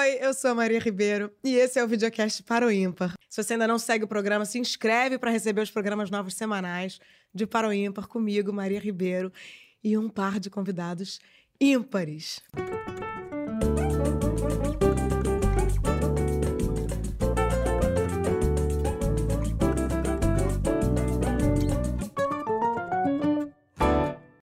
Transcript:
Oi, eu sou a Maria Ribeiro e esse é o videocast Para o Ímpar. Se você ainda não segue o programa, se inscreve para receber os programas novos semanais de Para o Ímpar comigo, Maria Ribeiro, e um par de convidados ímpares.